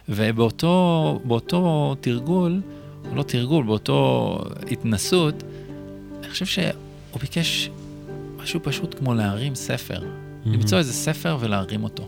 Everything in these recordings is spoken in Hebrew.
ובאותו תרגול, או לא תרגול, באותו התנסות, אני חושב שהוא ביקש משהו פשוט כמו להרים ספר. למצוא איזה ספר ולהרים אותו.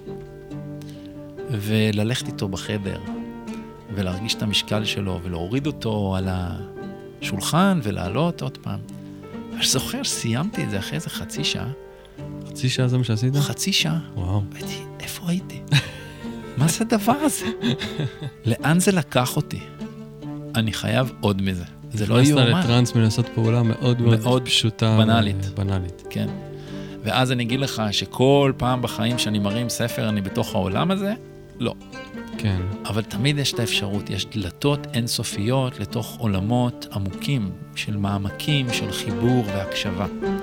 וללכת איתו בחדר, ולהרגיש את המשקל שלו, ולהוריד אותו על השולחן, ולעלות עוד פעם. אני זוכר, סיימתי את זה אחרי איזה חצי שעה. חצי שעה זה מה שעשית? חצי שעה. וואו. הייתי, איפה הייתי? מה זה הדבר הזה? לאן זה לקח אותי? אני חייב עוד מזה. זה לא יאומן. נכנסת לטרנס מלעשות פעולה מאוד מאוד פשוטה. בנאלית. כן. ואז אני אגיד לך שכל פעם בחיים שאני מרים ספר, אני בתוך העולם הזה? לא. כן. אבל תמיד יש את האפשרות, יש דלתות אינסופיות לתוך עולמות עמוקים, של מעמקים, של חיבור והקשבה.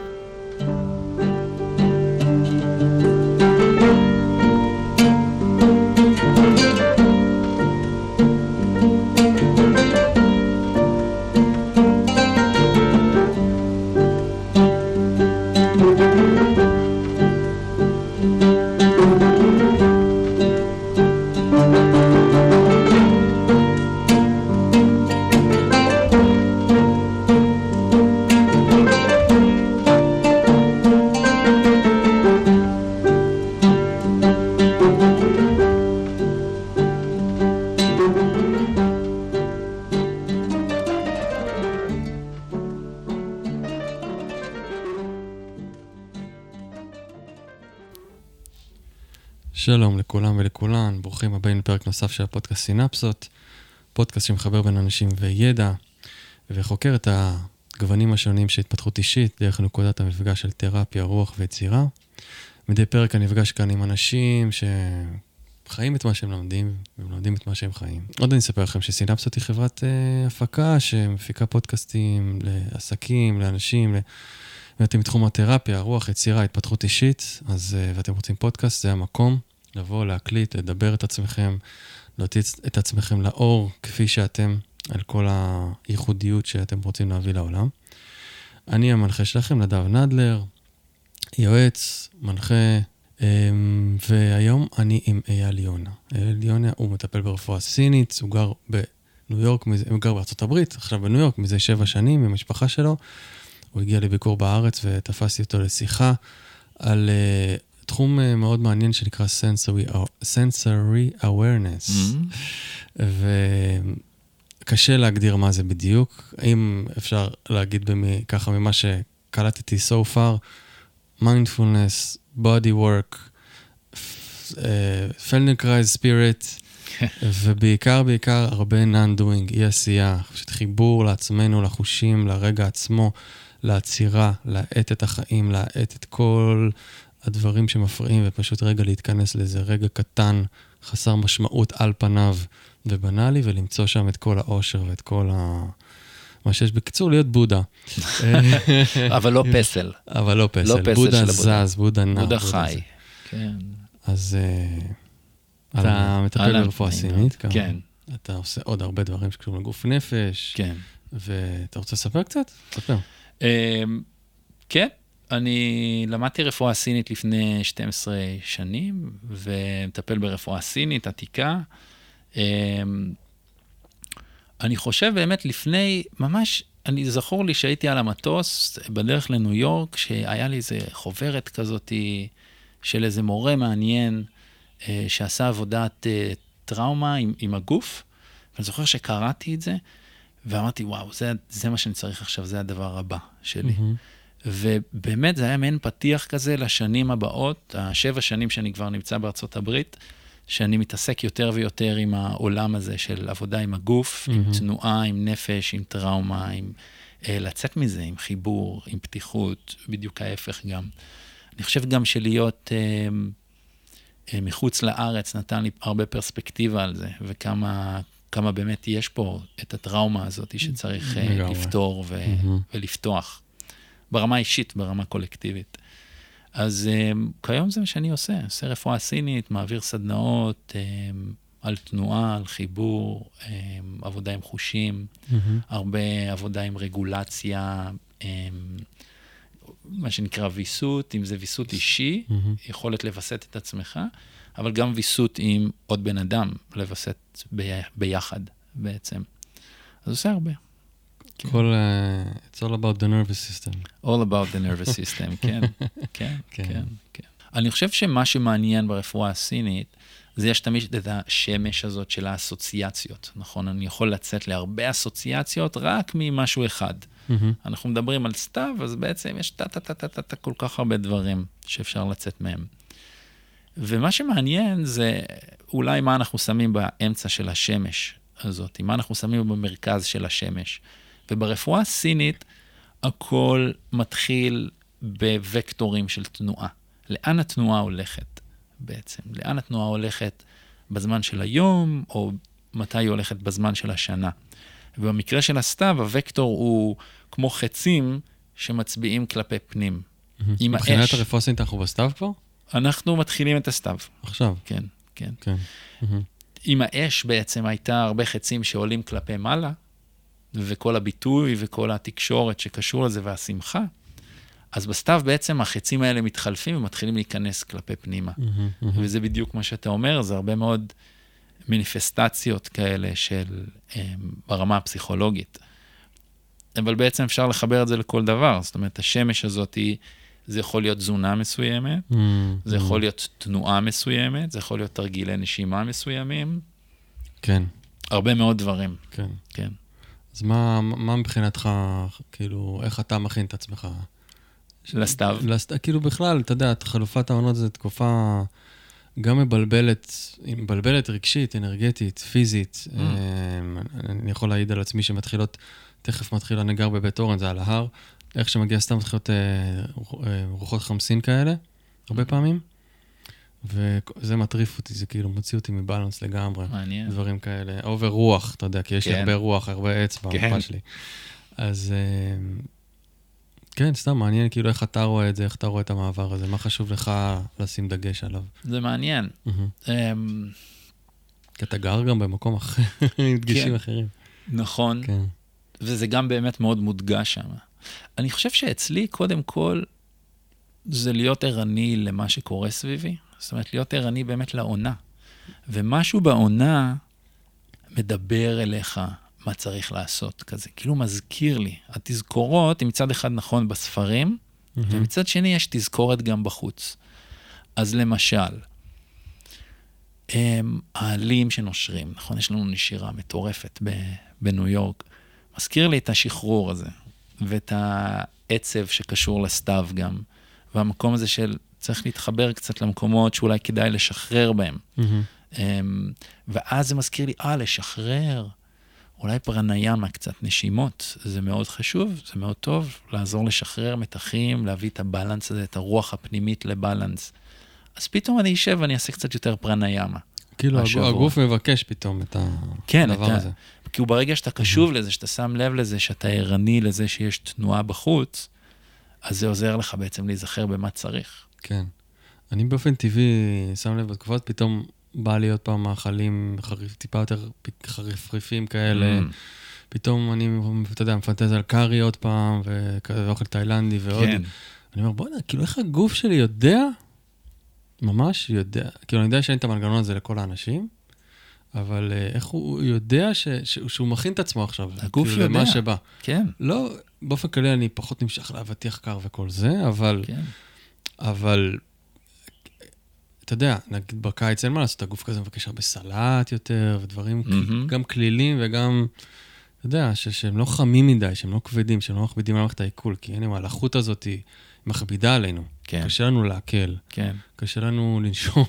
שלום לכולם ולכולן, ברוכים הבאים לפרק נוסף של הפודקאסט סינפסות, פודקאסט שמחבר בין אנשים וידע, וחוקר את הגוונים השונים של התפתחות אישית, דרך נקודת המפגש של תרפיה, רוח ויצירה. מדי פרק אני נפגש כאן עם אנשים שחיים את מה שהם לומדים, והם לומדים את מה שהם חיים. עוד אני אספר לכם שסינפסות היא חברת הפקה, שמפיקה פודקאסטים לעסקים, לאנשים, ואתם מתחום התרפיה, רוח, יצירה, התפתחות אישית, אז ואתם רוצים פודקאסט, זה המקום לבוא, להקליט, לדבר את עצמכם, להוציא את עצמכם לאור, כפי שאתם, על כל הייחודיות שאתם רוצים להביא לעולם. אני המנחה שלכם, נדב נדלר, יועץ, מנחה, והיום אני עם אייל יונה. אייל יונה הוא מטפל ברפואה סינית, הוא גר בניו יורק, הוא גר בארצות הברית, עכשיו בניו יורק, מזה 7 שנים, עם המשפחה שלו. הוא הגיע לביקור בארץ ותפסתי אותו לשיחה על תחום מאוד מעניין שנקרא sensory awareness. וקשה להגדיר מה זה בדיוק. אם אפשר להגיד ככה ממה שקלטתי so far, mindfulness, body work, Feldenkrais spirit, ובעיקר הרבה non-doing, אי עשייה, חיבור לעצמנו, לחושים, לרגע עצמו, לעצירה, להאט את החיים, להאט את כל הדברים שמפריעים, ופשוט רגע להתכנס לאיזה רגע קטן, חסר משמעות על פניו ובנאלי, ולמצוא שם את כל האושר ואת כל מה שיש בקיצור, להיות בודה. אבל לא פסל. אבל לא פסל. בודה זז, בודה נע. בודה חי. כן. אז אתה מטפל ברפואה סינית. כן. אתה עושה עוד הרבה דברים שקשורים לגוף נפש. כן. ואתה רוצה לספר קצת? ספר. כן, אני למדתי רפואה סינית לפני 12 שנים, ומטפל ברפואה סינית, עתיקה. אני חושב באמת לפני, ממש, אני זכור לי שהייתי על המטוס בדרך לניו יורק, שהיה לי איזה חוברת כזאת של איזה מורה מעניין, שעשה עבודת טראומה עם הגוף, ואני זוכר שקראתי את זה, ואמרתי, וואו, זה מה שאני צריך עכשיו, זה הדבר הבא שלי. ובאמת זה היה מעין פתיח כזה לשנים הבאות, 7 שנים שאני כבר נמצא בארצות הברית, שאני מתעסק יותר ויותר עם העולם הזה של עבודה עם הגוף, עם תנועה, עם נפש, עם טראומה, עם לצאת מזה, עם חיבור, עם פתיחות, בדיוק ההפך גם. אני חושב גם שלהיות מחוץ לארץ נתן לי הרבה פרספקטיבה על זה, וכמה באמת יש פה את הטראומה הזאת שצריך לפתור ולפתוח. ברמה אישית, ברמה קולקטיבית. אז כיום זה מה שאני עושה רפואה סינית, מעביר סדנאות על תנועה, על חיבור, עבודה עם חושים, הרבה עבודה עם רגולציה, מה שנקרא ויסות, אם זה ויסות אישי, יכולת לבסט את עצמך, אבל גם ויסות עם עוד בן אדם, לווסת ביחד בעצם. אז עושה הרבה. It's all about the nervous system. All about the nervous system, כן, כן, כן. אני חושב שמה שמעניין ברפואה הסינית, זה יש תמיד את השמש הזאת של האסוציאציות, נכון? אני יכול לצאת להרבה אסוציאציות רק ממשהו אחד. אנחנו מדברים על סתיו, אז בעצם יש כל כך הרבה דברים שאפשר לצאת מהם. ומה שמעניין זה אולי מה אנחנו שמים באמצע של השמש הזאת, מה אנחנו שמים במרכז של השמש. וברפואה הסינית, הכל מתחיל בווקטורים של תנועה. לאן התנועה הולכת בעצם? לאן התנועה הולכת בזמן של היום, או מתי היא הולכת בזמן של השנה? ובמקרה של הסתיו, הוקטור הוא כמו חצים שמצביעים כלפי פנים. עם האש. מבחינת הרפואה הסינית אנחנו בסתיו כבר? אנחנו מתחילים את הסתיו. עכשיו? כן, כן. כן. עם האש בעצם הייתה הרבה חצים שעולים כלפי מעלה, וכל הביטוי וכל התקשורת שקשור לזה והשמחה, אז בסתיו בעצם החצים האלה מתחלפים ומתחילים להיכנס כלפי פנימה. וזה בדיוק מה שאתה אומר, זה הרבה מאוד מניפסטציות כאלה של ברמה הפסיכולוגית. אבל בעצם אפשר לחבר את זה לכל דבר. זאת אומרת, השמש הזאת זה יכול להיות תזונה מסוימת, זה יכול להיות תנועה מסוימת, זה יכול להיות תרגילי נשימה מסוימים. כן. הרבה מאוד דברים. כן. כן. אז מה מבחינתך, כאילו, איך אתה מכין את עצמך? לסתיו? כאילו בכלל, אתה יודע, חלופת העונות זו תקופה גם מבלבלת רגשית, אנרגטית, פיזית. אני יכול להעיד על עצמי שמתחילות, תכף מתחיל, אני גר בבית אורן, זה על ההר. איך שמגיע סתם מתחילות רוחות חמסין כאלה, הרבה פעמים. וזה מטריף אותי, זה כאילו מוציא אותי מבלנס לגמרי. מעניין. דברים כאלה. אובר רוח, אתה יודע, כי יש לי הרבה רוח, הרבה עץ במפה שלי. אז כן, סתם מעניין כאילו איך אתה רואה את זה, איך אתה רואה את המעבר הזה, מה חשוב לך לשים דגש עליו? זה מעניין. כי אתה גר גם במקום אחר, עם דגשים אחרים. נכון. וזה גם באמת מאוד מודגש שם. אני חושב שאצלי, קודם כל, זה להיות ערני למה שקורה סביבי. זאת אומרת, להיות ערני באמת לעונה. ומשהו בעונה מדבר אליך מה צריך לעשות כזה. כאילו מזכיר לי. התזכורות, מצד אחד נכון בספרים, ומצד שני יש תזכורת גם בחוץ. אז למשל, העלים שנושרים, נכון? יש לנו נשירה מטורפת בניו יורק. מזכיר לי את השחרור הזה, ואת העצב שקשור לסתיו גם, והמקום הזה של צריך להתחבר קצת למקומות שאולי כדאי לשחרר בהם. ואז זה מזכיר לי, לשחרר, אולי פרניאמה קצת, נשימות, זה מאוד חשוב, זה מאוד טוב, לעזור לשחרר מתחים, להביא את הבלנס הזה, את הרוח הפנימית לבלנס. אז פתאום אני אשב ואני אעשה קצת יותר פרניאמה. כאילו הגוף מבקש פתאום את הדבר הזה. כי הוא ברגע שאתה קשוב לזה, שאתה שם לב לזה, שאתה ערני לזה שיש תנועה בחוץ, אז זה עוזר לך בעצם להיזכר במה צריך. כן. אני באופן טבעי, שם לב, בתקופות פתאום בא לי עוד פעם מאכלים טיפה יותר חריפים כאלה. פתאום אני, אתה יודע, מפנטז על קארי עוד פעם, ואוכל תאילנדי ועוד. אני אומר, בוא נראה, כאילו איך הגוף שלי יודע, ממש יודע, כאילו אני יודע שאין את המנגנון הזה לכל האנשים, אבל איך הוא יודע שהוא מכין את עצמו עכשיו. הגוף כאילו יודע. למה שבא. כן. לא, באופן כללי אני פחות נמשך לאבטיח קר וכל זה, אבל אתה יודע, נגיד בקיץ אין מה לעשות, הגוף כזה מבקש הרבה סלט יותר, ודברים גם כלילים וגם, אתה יודע, שהם לא חמים מדי, שהם לא כבדים, שהם לא מכבידים על מערכת העיכול, כי הנה, הלחות הזאת היא מכבידה עלינו. קשה לנו להקל. קשה לנו לנשום.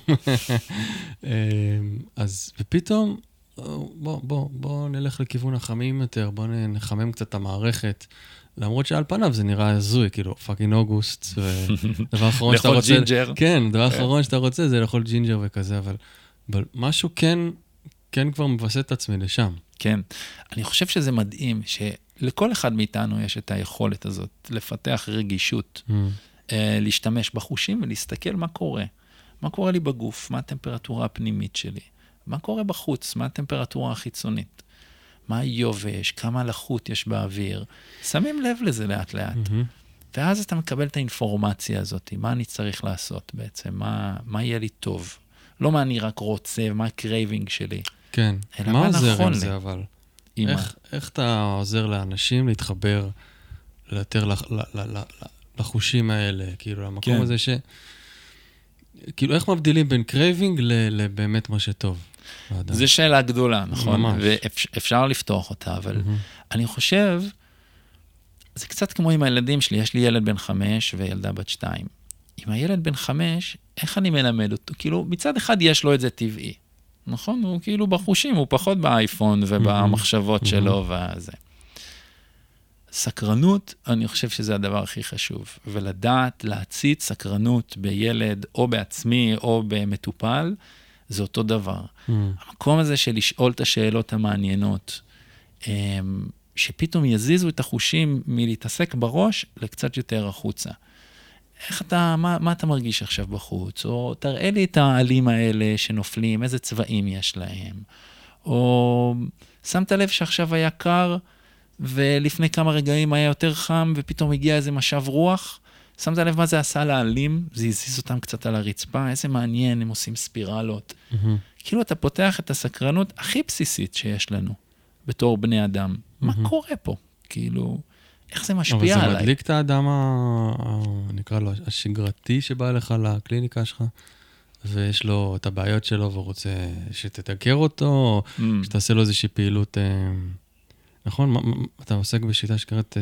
אז, ופתאום, בוא נלך לכיוון החמים יותר, בוא נחמם קצת את המערכת, למרות שעל פניו זה נראה הזוי, כאילו, פאקינג אוגוסט, ודבר אחרון שאתה רוצה... לאכול ג'ינג'ר. כן, דבר אחרון שאתה רוצה זה לאכול ג'ינג'ר וכזה, אבל משהו כן כבר מבסס את עצמי לשם. כן. אני חושב שזה מדהים, שלכל אחד מאיתנו יש את היכולת הזאת, לפתח רגישות, להשתמש בחושים ולהסתכל מה קורה. מה קורה לי בגוף? מה הטמפרטורה הפנימית שלי? מה קורה בחוץ? מה הטמפרטורה החיצונית? מה היובש? כמה לחות יש באוויר? שמים לב לזה לאט לאט. ואז אתה מקבל את האינפורמציה הזאת, מה אני צריך לעשות בעצם? מה יהיה לי טוב? לא מה אני רק רוצה, מה הקרייבינג שלי. כן. אלא מה מה עוזר נכון עם לי. זה, אבל? עם מה? איך אתה עוזר לאנשים להתחבר יותר לחושים האלה, כאילו, למקום כן. הזה כאילו, איך מבדילים בין קרייבינג לבאמת מה שטוב? לאדם? זו שאלה גדולה, נכון? ממש. ואפשר לפתוח אותה, אבל אני חושב, זה קצת כמו עם הילדים שלי, יש לי ילד בן 5 וילדה בת 2. עם הילד בן 5, איך אני מלמד אותו? כאילו, מצד אחד יש לו את זה טבעי, נכון? הוא כאילו בחושים, הוא פחות באייפון ובמחשבות שלו וזה. סקרנות, אני חושב שזה הדבר הכי חשוב, ולדעת להציץ סקרנות בילד או בעצמי או במטופל, זה אותו דבר. המקום הזה של לשאול את השאלות המעניינות, שפתאום יזיזו את החושים מלהתעסק בראש לקצת יותר החוצה. איך אתה, מה אתה מרגיש עכשיו בחוץ? או תראה לי את העלים האלה שנופלים, איזה צבעים יש להם. או שמת לב שעכשיו היה קר, ולפני כמה רגעים היה יותר חם, ופתאום הגיע איזה משב רוח. שמת לב מה זה עשה לעלים? זה הזיז אותם קצת על הרצפה, איזה מעניין, הם עושים ספירלות. כאילו אתה פותח את הסקרנות הכי בסיסית שיש לנו, בתור בני אדם. מה קורה פה? כאילו, איך זה משפיע עליי? אבל זה מדליק את האדם, נקרא לו, השגרתי שבא לך לקליניקה שלך, ויש לו את הבעיות שלו, והוא רוצה שתתגר אותו, או שתעשה לו איזושהי פעילות, נכון? אתה עוסק בשיטה שקראת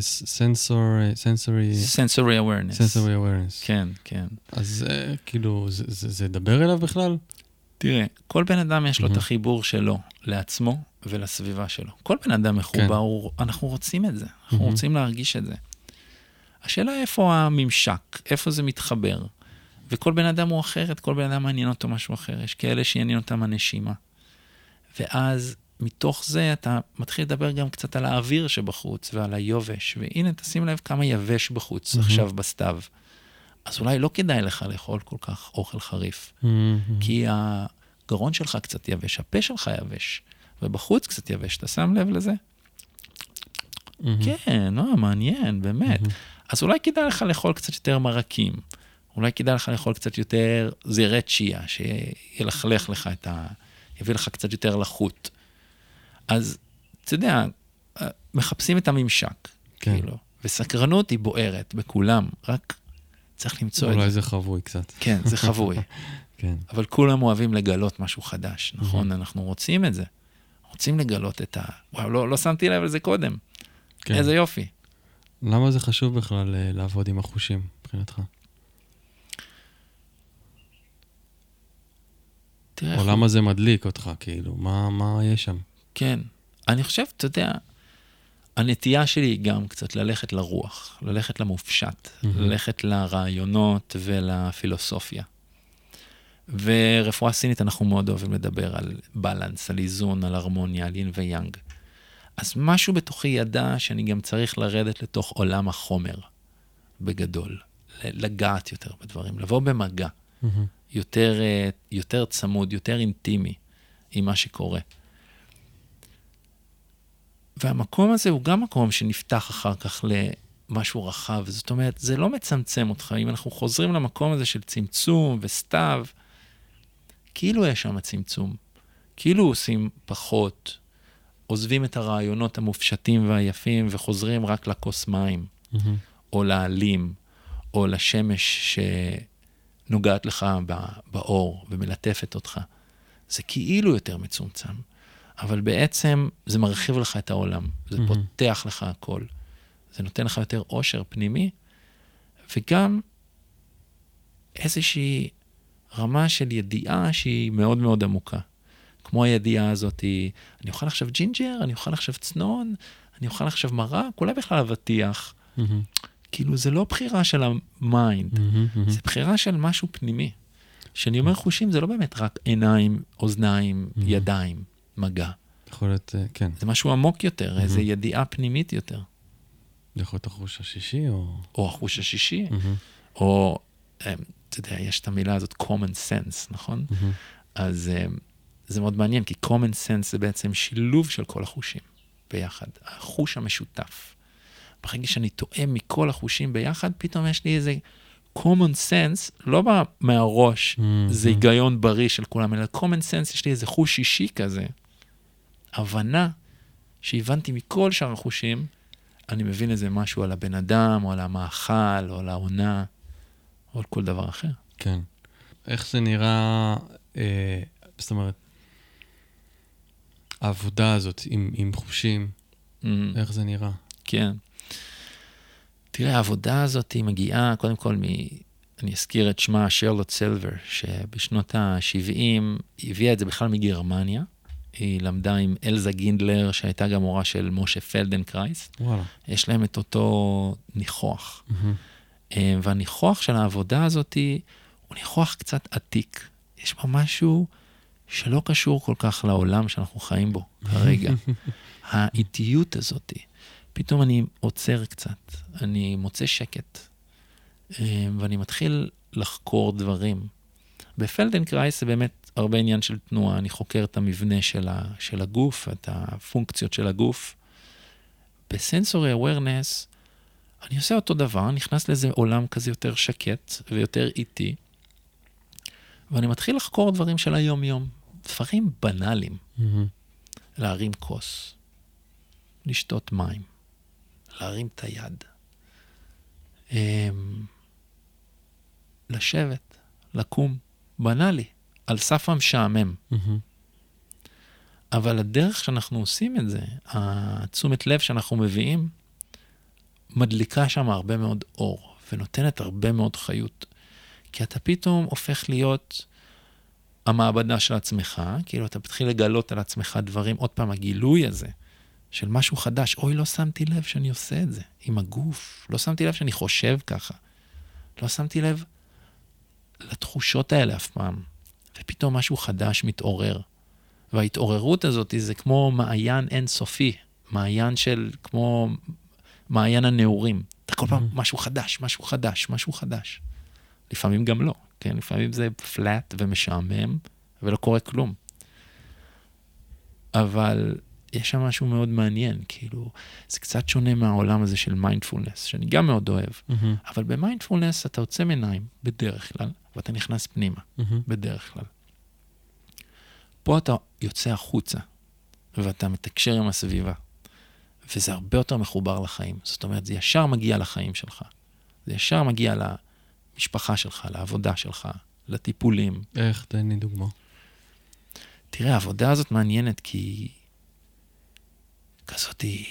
sensory awareness. כן, כן. אז כאילו, זה דבר אליו בכלל? תראה, כל בן אדם יש לו את החיבור שלו לעצמו ולסביבה שלו. כל בן אדם מחובר, אנחנו רוצים את זה, אנחנו רוצים להרגיש את זה. השאלה איפה הממשק, איפה זה מתחבר. וכל בן אדם הוא אחרת, כל בן אדם מעניין אותו משהו אחר. יש כאלה שעניין אותם הנשימה. ואז מתוך זה אתה מתחיל לדבר גם קצת על האוויר שבחוץ ועל היובש. והנה, תשים לב כמה יבש בחוץ עכשיו בסתיו. אז אולי לא כדאי לך לאכול כל כך אוכל חריף. כי הגרון שלך קצת יבש, הפה שלך יבש, ובחוץ קצת יבש. אתה שם לב לזה? כן, מעניין, באמת. אז אולי כדאי לך לאכול קצת יותר מרקים. אולי כדאי לך לאכול קצת יותר זירי צ'יה, שילכלך לך יביא לך קצת יותר לחוט. אז, אתה יודע, מחפשים את הממשק. כן. כאילו, וסקרנות היא בוערת בכולם, רק צריך למצוא את זה. אולי זה חבוי קצת. כן, זה חבוי. כן. אבל כולם אוהבים לגלות משהו חדש, נכון? אנחנו רוצים את זה. רוצים לגלות את וואו, לא שמתי לב על זה קודם. כן. איזה יופי. למה זה חשוב בכלל לעבוד עם החושים, מבחינתך? או למה זה מדליק אותך, כאילו? מה יש שם? כן. אני חושב, אתה יודע, הנטייה שלי היא גם קצת ללכת לרוח, ללכת למופשט, ללכת לרעיונות ולפילוסופיה. ורפואה סינית אנחנו מאוד אוהבים לדבר על בלנס, על איזון, על הרמוניה, על אין ויאנג. אז משהו בתוכי ידע שאני גם צריך לרדת לתוך עולם החומר, בגדול, לגעת יותר בדברים, לבוא במגע, יותר צמוד, יותר אינטימי עם מה שקורה. והמקום הזה הוא גם מקום שנפתח אחר כך למשהו רחב, זאת אומרת, זה לא מצמצם אותך, אם אנחנו חוזרים למקום הזה של צמצום וסתיו, כאילו יש שם צמצום, כאילו עושים פחות, עוזבים את הרעיונות המופשטים והיפים, וחוזרים רק לכוס מים, או לעלים, או לשמש שנוגעת לך באור, ומלטפת אותך. זה כאילו יותר מצומצם, אבל בעצם זה מרחיב לך את העולם, זה פותח לך הכל, זה נותן לך יותר עושר פנימי, וגם איזושהי רמה של ידיעה שהיא מאוד מאוד עמוקה. כמו הידיעה הזאת, אני אוכל עכשיו ג'ינג'ר, אני אוכל עכשיו צנון, אני אוכל עכשיו מרק, אולי בכלל אבטיח. כאילו זה לא בחירה של המיינד, זה בחירה של משהו פנימי. כשאני אומר חושים, זה לא באמת רק עיניים, אוזניים, ידיים, מגע. יכול להיות, כן. זה משהו עמוק יותר, איזו ידיעה פנימית יותר. יכול להיות החוש השישי, או... או החוש השישי, או, אתה יודע, יש את המילה הזאת, common sense, נכון? אז זה מאוד מעניין, כי common sense זה בעצם שילוב של כל החושים ביחד, החוש המשותף. ברגע שאני תואם מכל החושים ביחד, פתאום יש לי איזה common sense, לא בא מהראש, זה היגיון בריא של כולם, אלא common sense, יש לי איזה חוש אישי כזה, הבנה שהבנתי מכל שאר החושים, אני מבין איזה משהו על הבן אדם, או על המאכל, או על העונה, או על כל דבר אחר. כן. איך זה נראה, זאת אומרת, העבודה הזאת עם חושים, איך זה נראה? כן. תראה, העבודה הזאת היא מגיעה, קודם כל, אני אזכיר את שמה שרלוט סילבר, שבשנות ה-70 הביאה את זה בכלל מגרמניה, היא למדה עם אלזה גינדלר, שהייתה גם מורה של משה פלדנקרייס. וואלה. יש להם את אותו ניחוח. והניחוח של העבודה הזאת הוא ניחוח קצת עתיק. יש בה משהו שלא קשור כל כך לעולם שאנחנו חיים בו כרגע. האיטיות הזאת, פתאום אני עוצר קצת, אני מוצא שקט, ואני מתחיל לחקור דברים. בפלדנקרייס זה באמת הרבה עניין של תנועה, אני חוקר את המבנה של הגוף, את הפונקציות של הגוף. בסנסורי awareness, אני עושה אותו דבר, נכנס לאיזה עולם כזה יותר שקט ויותר איטי, ואני מתחיל לחקור דברים של היום-יום, דברים בנאליים. להרים כוס, לשתות מים, להרים את היד, לשבת, לקום, בנאלי, על סף המשעמם. אבל הדרך שאנחנו עושים את זה, התשומת לב שאנחנו מביאים, מדליקה שם הרבה מאוד אור, ונותנת הרבה מאוד חיות. כי אתה פתאום הופך להיות המעבדה של עצמך, כאילו אתה מתחיל לגלות על עצמך דברים, עוד פעם הגילוי הזה, של משהו חדש, אוי, לא שמתי לב שאני עושה את זה, עם הגוף, לא שמתי לב שאני חושב ככה, לא שמתי לב לתחושות האלה אף פעם, ופתאום משהו חדש מתעורר, וההתעוררות הזאת זה כמו מעיין אינסופי, מעיין של, כמו מעיין הנעורים, אתה כל פעם משהו חדש, משהו חדש, משהו חדש. לפעמים גם לא, כן? לפעמים זה פלט ומשעמם, ולא קורה כלום. אבל יש שם משהו מאוד מעניין, כאילו, זה קצת שונה מהעולם הזה של מיינדפולנס, שאני גם מאוד אוהב, אבל במיינדפולנס אתה יוצא מעיניים, בדרך כלל, ואתה נכנס פנימה, בדרך כלל. פה אתה יוצא החוצה, ואתה מתקשר עם הסביבה, וזה הרבה יותר מחובר לחיים. זאת אומרת, זה ישר מגיע לחיים שלך. זה ישר מגיע למשפחה שלך, לעבודה שלך, לטיפולים. איך? תן לי דוגמה. תראה, העבודה הזאת מעניינת כי כזאת היא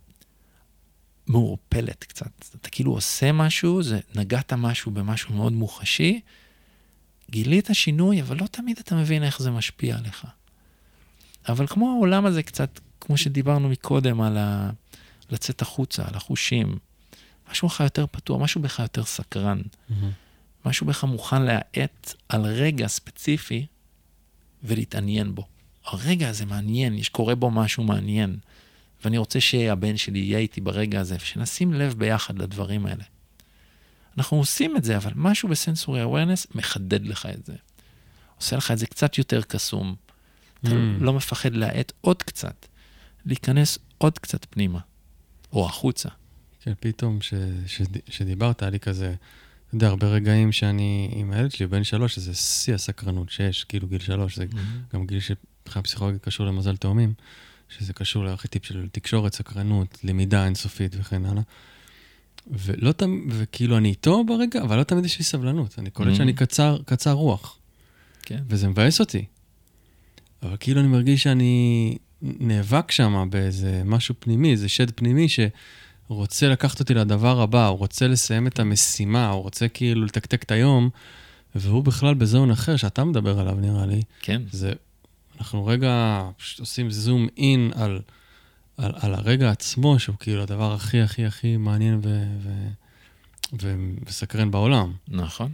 מעורפלת קצת. אתה כאילו עושה משהו, נגעת משהו במשהו מאוד מוחשי, גילית שינוי, אבל לא תמיד אתה מבין איך זה משפיע עליך. אבל כמו העולם הזה קצת, כמו שדיברנו מקודם על לצאת החוצה, על החושים, משהו בך יותר פתוח, משהו בך יותר סקרן, משהו בך מוכן להעט על רגע ספציפי ולהתעניין בו. הרגע הזה מעניין, קורה בו משהו מעניין, ואני רוצה שהבן שלי יהיה איתי ברגע הזה, ושנשים לב ביחד לדברים האלה. אנחנו עושים את זה, אבל משהו בסנסורי awareness מחדד לך את זה. עושה לך את זה קצת יותר קסום. אתה לא מפחד להעט עוד קצת, להיכנס עוד קצת פנימה, או החוצה. כן, פתאום שדיברת, היה לי כזה, אתה יודע, הרבה רגעים שאני עם הילד שלי, בן 3, זה שיא הסקרנות שיש, כאילו גיל 3, זה גם גיל שבכלל פסיכולוגיה קשור למזל תאומים, שזה קשור לארכיטיפ של תקשורת, סקרנות, למידה אינסופית וכן הלאה. וכאילו אני איתו ברגע, אבל לא תמיד יש לי סבלנות. אני קולט שאני קצר רוח. כן. וזה מבאס אותי. אבל כאילו אני מרגיש שאני נאבק שם באיזה משהו פנימי, איזה שד פנימי שרוצה לקחת אותי לדבר הבא, הוא רוצה לסיים את המשימה, הוא רוצה כאילו לתקתק את היום, והוא בכלל בזון אחר שאתה מדבר עליו, נראה לי. כן. אנחנו רגע עושים זום אין על הרגע עצמו, שהוא כאילו הדבר הכי הכי הכי מעניין וסקרן בעולם. נכון.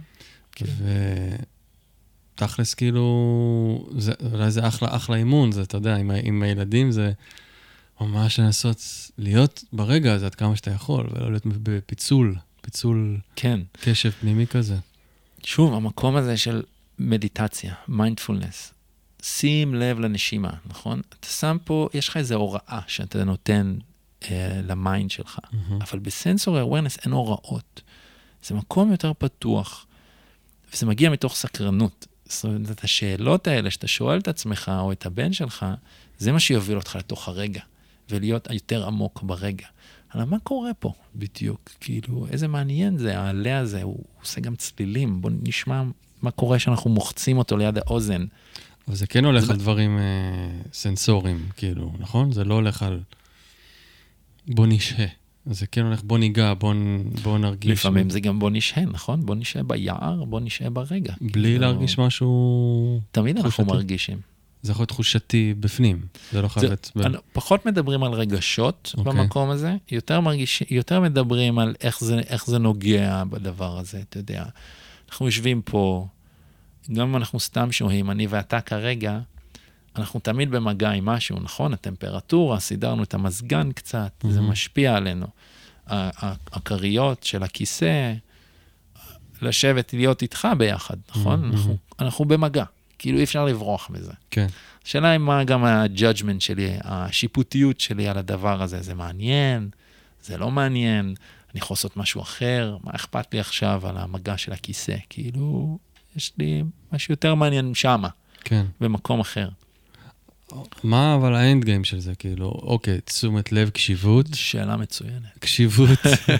ותכלס כאילו, אולי זה אחלה אימון, זה, אתה יודע, עם הילדים זה ממש לנסות להיות ברגע הזה עד כמה שאתה יכול, ולא להיות בפיצול כן. קשב פנימי כזה. שוב, המקום הזה של מדיטציה, מיינדפולנס, שים לב לנשימה, נכון? אתה שם פה, יש לך איזו הוראה שאתה נותן למיינד שלך, אבל בסנסורי awareness אין הוראות. זה מקום יותר פתוח, וזה מגיע מתוך סקרנות. זאת אומרת, את השאלות האלה שאתה שואל את עצמך, או את הבן שלך, זה מה שיוביל אותך לתוך הרגע, ולהיות יותר עמוק ברגע. אבל מה קורה פה בדיוק? כאילו, איזה מעניין זה, העלה הזה, הוא עושה גם צלילים, בוא נשמע מה קורה שאנחנו מוחצים אותו ליד האוזן. אבל זה כן הולך על דברים סנסוריים, כאילו, נכון? זה לא הולך על בוא נשהה. זה כן הולך בוא ניגע, בוא נרגיש. לפעמים זה גם בוא נשהה, נכון? בוא נשהה ביער, בוא נשהה ברגע. בלי להרגיש משהו תמיד אנחנו מרגישים. זה יכול להיות תחושתי בפנים, זה לא חייבת. פחות מדברים על רגשות במקום הזה, יותר מדברים על איך זה נוגע בדבר הזה, אתה יודע. אנחנו יושבים פה, גם אם אנחנו סתם שוהים, אני ואתה כרגע, אנחנו תמיד במגע עם משהו, נכון? הטמפרטורה, סידרנו את המזגן קצת, זה משפיע עלינו. הקריות של הכיסא, לשבת, להיות איתך ביחד, נכון? אנחנו במגע, כאילו אי אפשר לברוח מזה. כן. השאלה היא מה גם ה-judgment שלי, השיפוטיות שלי על הדבר הזה, זה מעניין, זה לא מעניין, אני יכול לעשות משהו אחר, מה אכפת לי עכשיו על המגע של הכיסא? כאילו, יש לי משהו יותר מעניין שמה, כן. במקום אחר. מה אבל האנד גיים של זה? כאילו, אוקיי, תשומת לב, קשיבות. שאלה מצוינת. קשיבות.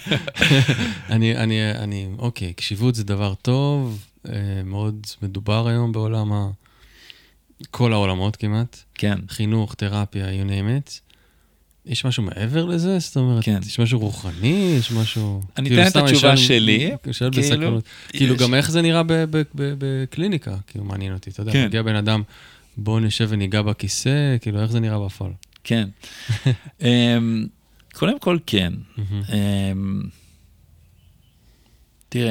אוקיי, קשיבות זה דבר טוב, מאוד מדובר היום בעולם כל העולמות כמעט. כן. חינוך, תרפיה, you name it. יש משהו מעבר לזה? זאת אומרת, כן. יש משהו רוחני? יש משהו... אני אתן את התשובה שלי. כאילו, גם איך זה נראה בקליניקה? כאילו, מעניין אותי, אתה יודע, מגיע בן אדם, בוא נשב וניגע בכיסא, כאילו, איך זה נראה בפועל? כן. קודם כל, כן. תראה,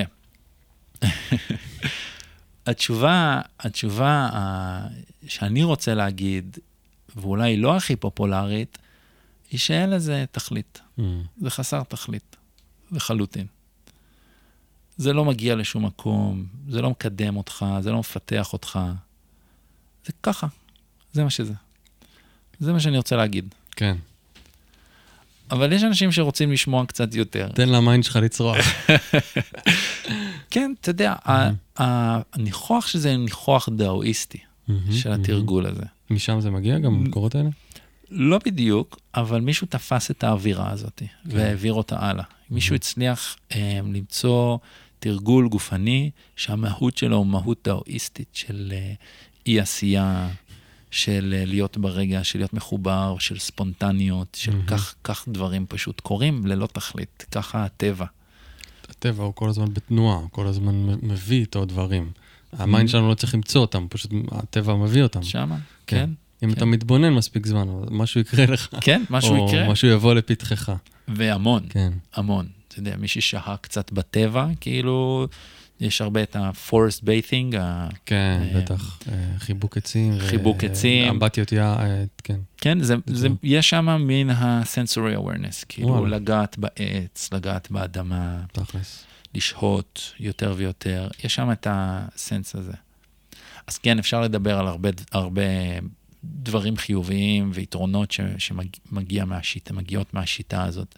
התשובה שאני רוצה להגיד, ואולי לא הכי פופולרית, היא שאין לזה תכלית. זה חסר תכלית, לחלוטין. זה לא מגיע לשום מקום, זה לא מקדם אותך, זה לא מפתח אותך. זה ככה, זה מה שזה. זה מה שאני רוצה להגיד. כן. אבל יש אנשים שרוצים לשמוע קצת יותר. תן למיינד שלך לצרוח. כן, אתה יודע, הניחוח שזה ניחוח דאואיסטי של התרגול הזה. משם זה מגיע גם במקורות האלה? לא בדיוק, אבל מישהו תפס את האווירה הזאת והעביר אותה הלאה. מישהו הצליח למצוא תרגול גופני שהמהות שלו הוא מהות דאואיסטית של אי עשייה, של להיות ברגע, של להיות מחובר, של ספונטניות, של כך דברים פשוט קורים ללא תכלית, ככה הטבע. הטבע הוא כל הזמן בתנועה, כל הזמן מביא איתו דברים. המיינד שלנו לא צריך למצוא אותם, פשוט הטבע מביא אותם. שמה, כן. אם אתה מתבונן מספיק זמן, משהו יקרה לך. כן, משהו יקרה. או משהו יבוא לפתחך. והמון, המון. אתה יודע, מי ששהה קצת בטבע, כאילו, יש הרבה את ה-forest bathing. כן, בטח. חיבוק עצים. חיבוק עצים. אמבטיות כן. כן, יש שם מן ה-sensory awareness, כאילו, לגעת בעץ, לגעת באדמה. תכלס. לשהות יותר ויותר. יש שם את הסנס הזה. אז כן, אפשר לדבר על הרבה דברים חיוביים ויתרונות שמגיעות מהשיטה הזאת.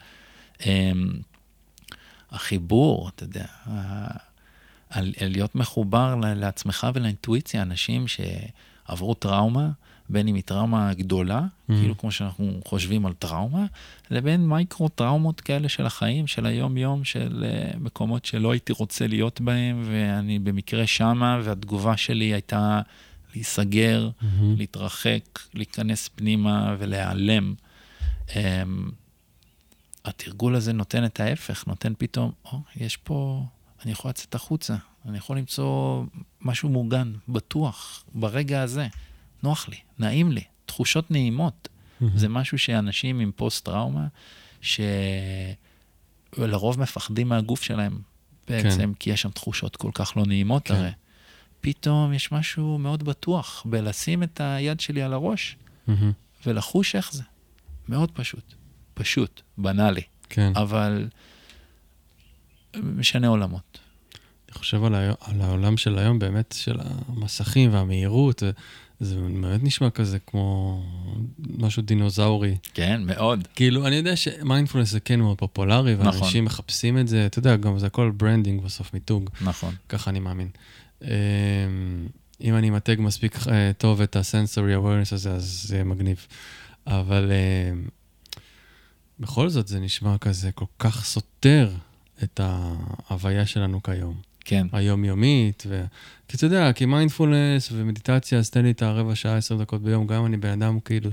החיבור, אתה יודע, להיות מחובר לעצמך ולאינטואיציה, אנשים שעברו טראומה, בין אם היא טראומה גדולה, כאילו כמו שאנחנו חושבים על טראומה, לבין מייקרו-טראומות כאלה של החיים, של היום-יום, של מקומות שלא הייתי רוצה להיות בהם, ואני במקרה שמה, והתגובה שלי הייתה להיסגר, להתרחק, להיכנס פנימה ולהיעלם. התרגול הזה נותן את ההפך, נותן פתאום, יש פה, אני יכול לצאת החוצה, אני יכול למצוא משהו מוגן, בטוח, ברגע הזה. נוח לי, נעים לי, תחושות נעימות. זה משהו שאנשים עם פוסט-טראומה, שלרוב מפחדים מהגוף שלהם, בעצם, כי יש שם תחושות כל כך לא נעימות הרי. פתאום יש משהו מאוד בטוח, בלשים את היד שלי על הראש, ולחוש איך זה. מאוד פשוט. פשוט, בנאלי. אבל משנה עולמות. אני חושב על העולם של היום, באמת של המסכים והמהירות, זה באמת נשמע כזה כמו משהו דינוזאורי. כן, מאוד. כאילו, אני יודע שמיינדפולנס זה כן מאוד פופולרי, ואנשים נכון. מחפשים את זה, אתה יודע, גם זה הכל ברנדינג בסוף מיתוג. נכון. ככה אני מאמין. אם אני מתג מספיק טוב את ה-sensory awareness הזה, אז זה מגניב. אבל בכל זאת זה נשמע כזה כל כך סותר את ההוויה שלנו כיום. כן. היומיומית, כי אתה יודע, כי מיינדפולנס ומדיטציה, אז תן לי את הרבע שעה, 10 דקות ביום, גם אני בן אדם כאילו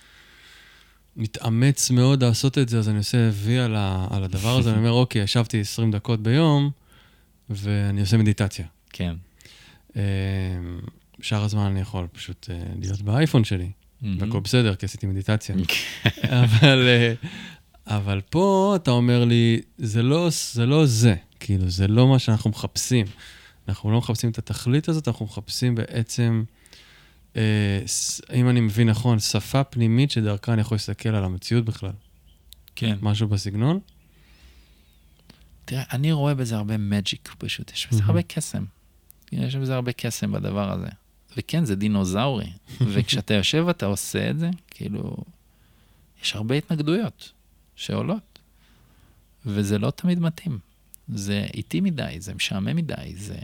שמתאמץ מאוד לעשות את זה, אז אני עושה וי על הדבר הזה, אני אומר, אוקיי, ישבתי 20 דקות ביום, ואני עושה מדיטציה. כן. שאר הזמן אני יכול פשוט להיות באייפון שלי, והכל בסדר, כי עשיתי מדיטציה. אבל פה אתה אומר לי, זה לא זה, כאילו, זה לא מה שאנחנו מחפשים. אנחנו לא מחפשים את התכלית הזאת, אנחנו מחפשים בעצם, אם אני מבין נכון, שפה פנימית שדרכה אני יכול להסתכל על המציאות בכלל. כן. משהו בסגנון? תראה, אני רואה בזה הרבה מג'יק פשוט, יש בזה הרבה קסם. יש בזה הרבה קסם בדבר הזה. וכן, זה דינוזאורי. וכשאתה יושב ואתה עושה את זה, כאילו, יש הרבה התנגדויות שעולות. וזה לא תמיד מתאים. זה איטי מדי, זה משעמם מדי, זה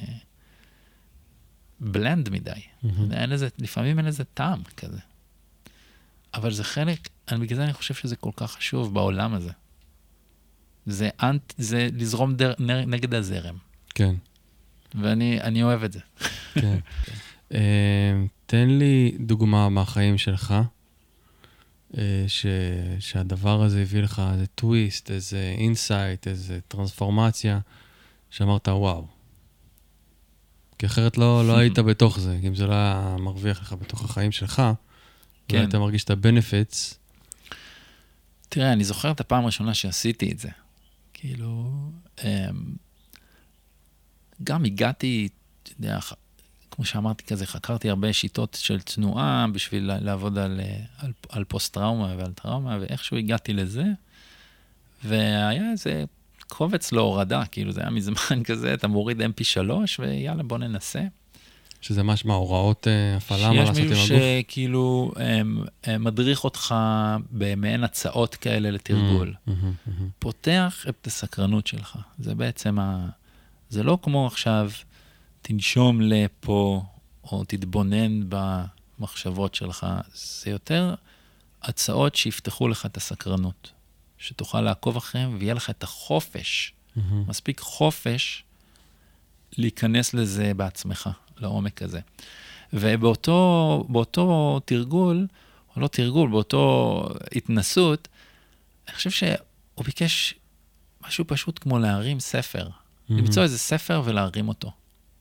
בלנד מדי. לפעמים אין לזה טעם כזה. אבל זה חלק, בגלל זה אני חושב שזה כל כך חשוב בעולם הזה. זה לזרום נגד הזרם. כן. ואני אוהב את זה. כן. תן לי דוגמה מהחיים שלך, שהדבר הזה הביא לך איזה טוויסט, איזה אינסייט, איזה טרנספורמציה, שאמרת וואו. כי אחרת לא היית בתוך זה, אם זה לא היה מרוויח לך בתוך החיים שלך, כן. לא היית מרגיש את הבנפיטס. תראה, אני זוכר את הפעם הראשונה שעשיתי את זה. כאילו, גם הגעתי, אתה יודע, כמו שאמרתי כזה, חקרתי הרבה שיטות של תנועה בשביל לעבוד על פוסט-טראומה ועל טראומה, ואיכשהו הגעתי לזה, והיה איזה קובץ להורדה, כאילו זה היה מזמן כזה, אתה מוריד MP3 ויאללה בוא ננסה. שזה משמע הוראות הפעלה, מה לעשות עם הגוף? שיש מישהו שכאילו מדריך אותך במעין הצעות כאלה לתרגול. פותח את הסקרנות שלך. זה בעצם זה לא כמו עכשיו, תנשום לפה, או תתבונן במחשבות שלך. זה יותר הצעות שיפתחו לך את הסקרנות. שתוכל לעקוב אחריהם, ויהיה לך את החופש. מספיק חופש להיכנס לזה בעצמך. לעומק הזה. ובאותו תרגול, או לא תרגול, באותו התנסות, אני חושב שהוא ביקש משהו פשוט כמו להרים ספר. למצוא איזה ספר ולהרים אותו.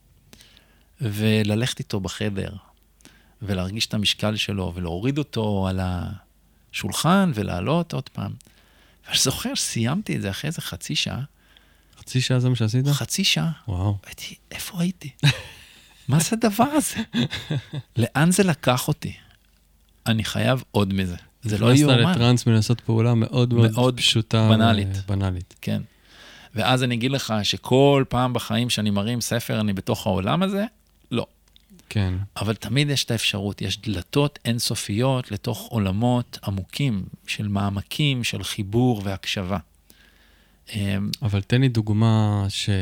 וללכת איתו בחדר, ולהרגיש את המשקל שלו, ולהוריד אותו על השולחן, ולעלות עוד פעם. ואני זוכר, סיימתי את זה אחרי איזה חצי שעה. חצי שעה זה מה שעשית? חצי שעה. וואו. הייתי, איפה הייתי? מה זה הדבר הזה? לאן זה לקח אותי? אני חייב עוד מזה. זה לא יאומן. נכנסת לטרנס מלעשות פעולה מאוד מאוד פשוטה. בנאלית. כן. ואז אני אגיד לך שכל פעם בחיים שאני מרים ספר, אני בתוך העולם הזה? לא. כן. אבל תמיד יש את האפשרות. יש דלתות אינסופיות לתוך עולמות עמוקים, של מעמקים, של חיבור והקשבה. אבל תן לי דוגמה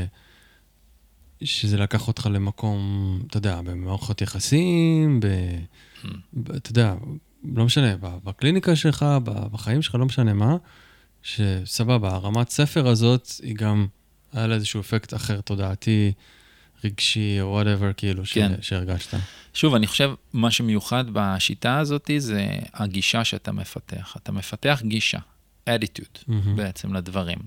שזה לקח אותך למקום, אתה יודע, במערכות יחסים, אתה יודע, לא משנה, בקליניקה שלך, בחיים שלך, לא משנה מה, שסבבה, הרמת ספר הזאת, היא גם, היה לה איזשהו אפקט אחר תודעתי, רגשי, או whatever, כאילו, כן. שהרגשת. שוב, אני חושב, מה שמיוחד בשיטה הזאת, זה הגישה שאתה מפתח. אתה מפתח גישה, attitude, בעצם לדברים.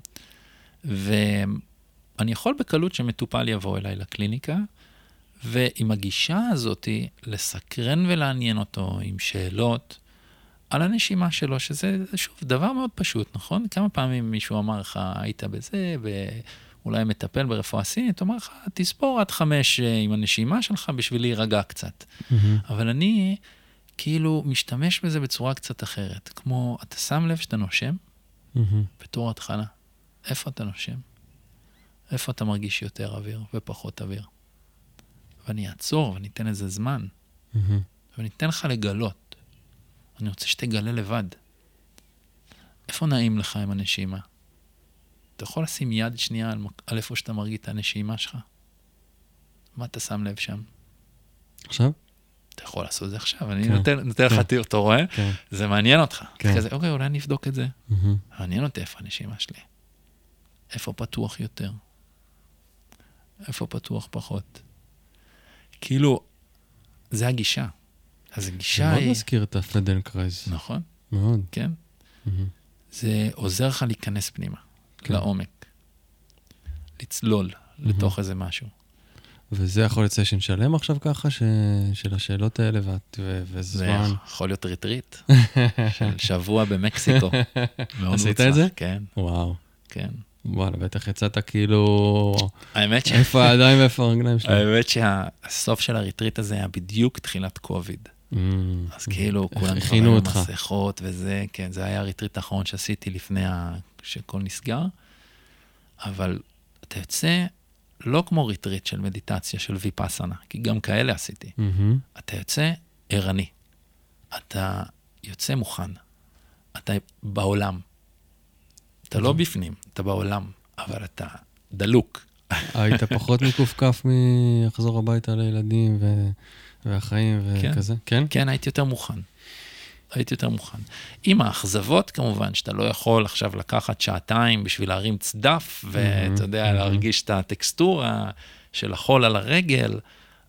אני יכול בקלות שמטופל יבוא אליי לקליניקה, ועם הגישה הזאת לסקרן ולעניין אותו עם שאלות על הנשימה שלו, שזה שוב דבר מאוד פשוט, נכון? כמה פעמים מישהו אמר לך, היית בזה, ואולי מטפל ברפואה סינית, אומר לך, תספור עד 5 עם הנשימה שלך בשביל להירגע קצת. אבל אני כאילו משתמש בזה בצורה קצת אחרת, כמו אתה שם לב שאתה נושם, בתור התחלה. איפה אתה נושם? איפה אתה מרגיש יותר אוויר ופחות אוויר? ואני אעצור ואני אתן איזה זמן. ואני אתן לך לגלות. אני רוצה שתגלה לבד. איפה נעים לך עם הנשימה? אתה יכול לשים יד שנייה על איפה שאתה מרגיש את הנשימה שלך? מה אתה שם לב שם? עכשיו? אתה יכול לעשות את זה עכשיו, אני נותן לך תיאור, אתה רואה? זה מעניין אותך. כזה, אוקיי, אולי נבדוק את זה. מעניין אותי איפה הנשימה שלי. איפה פתוח יותר? איפה פתוח פחות? כאילו, זה הגישה. אז הגישה היא... מאוד מזכיר את הפלדנקרייז. נכון. מאוד. כן. זה עוזר לך להיכנס פנימה, לעומק. לצלול לתוך איזה משהו. וזה יכול להיות סשן שלם עכשיו ככה, של השאלות האלה וזמן. זה יכול להיות ריטריט, של שבוע במקסיקו. עשית את זה? כן. וואו. כן. וואלה, בטח יצאת כאילו... האמת איפה הידיים ואיפה הרגליים שלנו? האמת שהסוף של הריטריט הזה היה בדיוק תחילת קוביד. אז כאילו, כולם כבר היו מסכות וזה, כן, זה היה הריטריט האחרון שעשיתי לפני שכל נסגר, אבל אתה יוצא לא כמו ריטריט של מדיטציה, של ויפאסנה, כי גם כאלה עשיתי. אתה יוצא ערני, אתה יוצא מוכן, אתה בעולם. אתה לא בפנים, אתה בעולם, אבל אתה דלוק. היית פחות מקופקף מחזור הביתה לילדים והחיים וכזה? כן? כן, הייתי יותר מוכן. הייתי יותר מוכן. עם האכזבות, כמובן, שאתה לא יכול עכשיו לקחת שעתיים בשביל להרים צדף, ואתה יודע, להרגיש את הטקסטורה של החול על הרגל,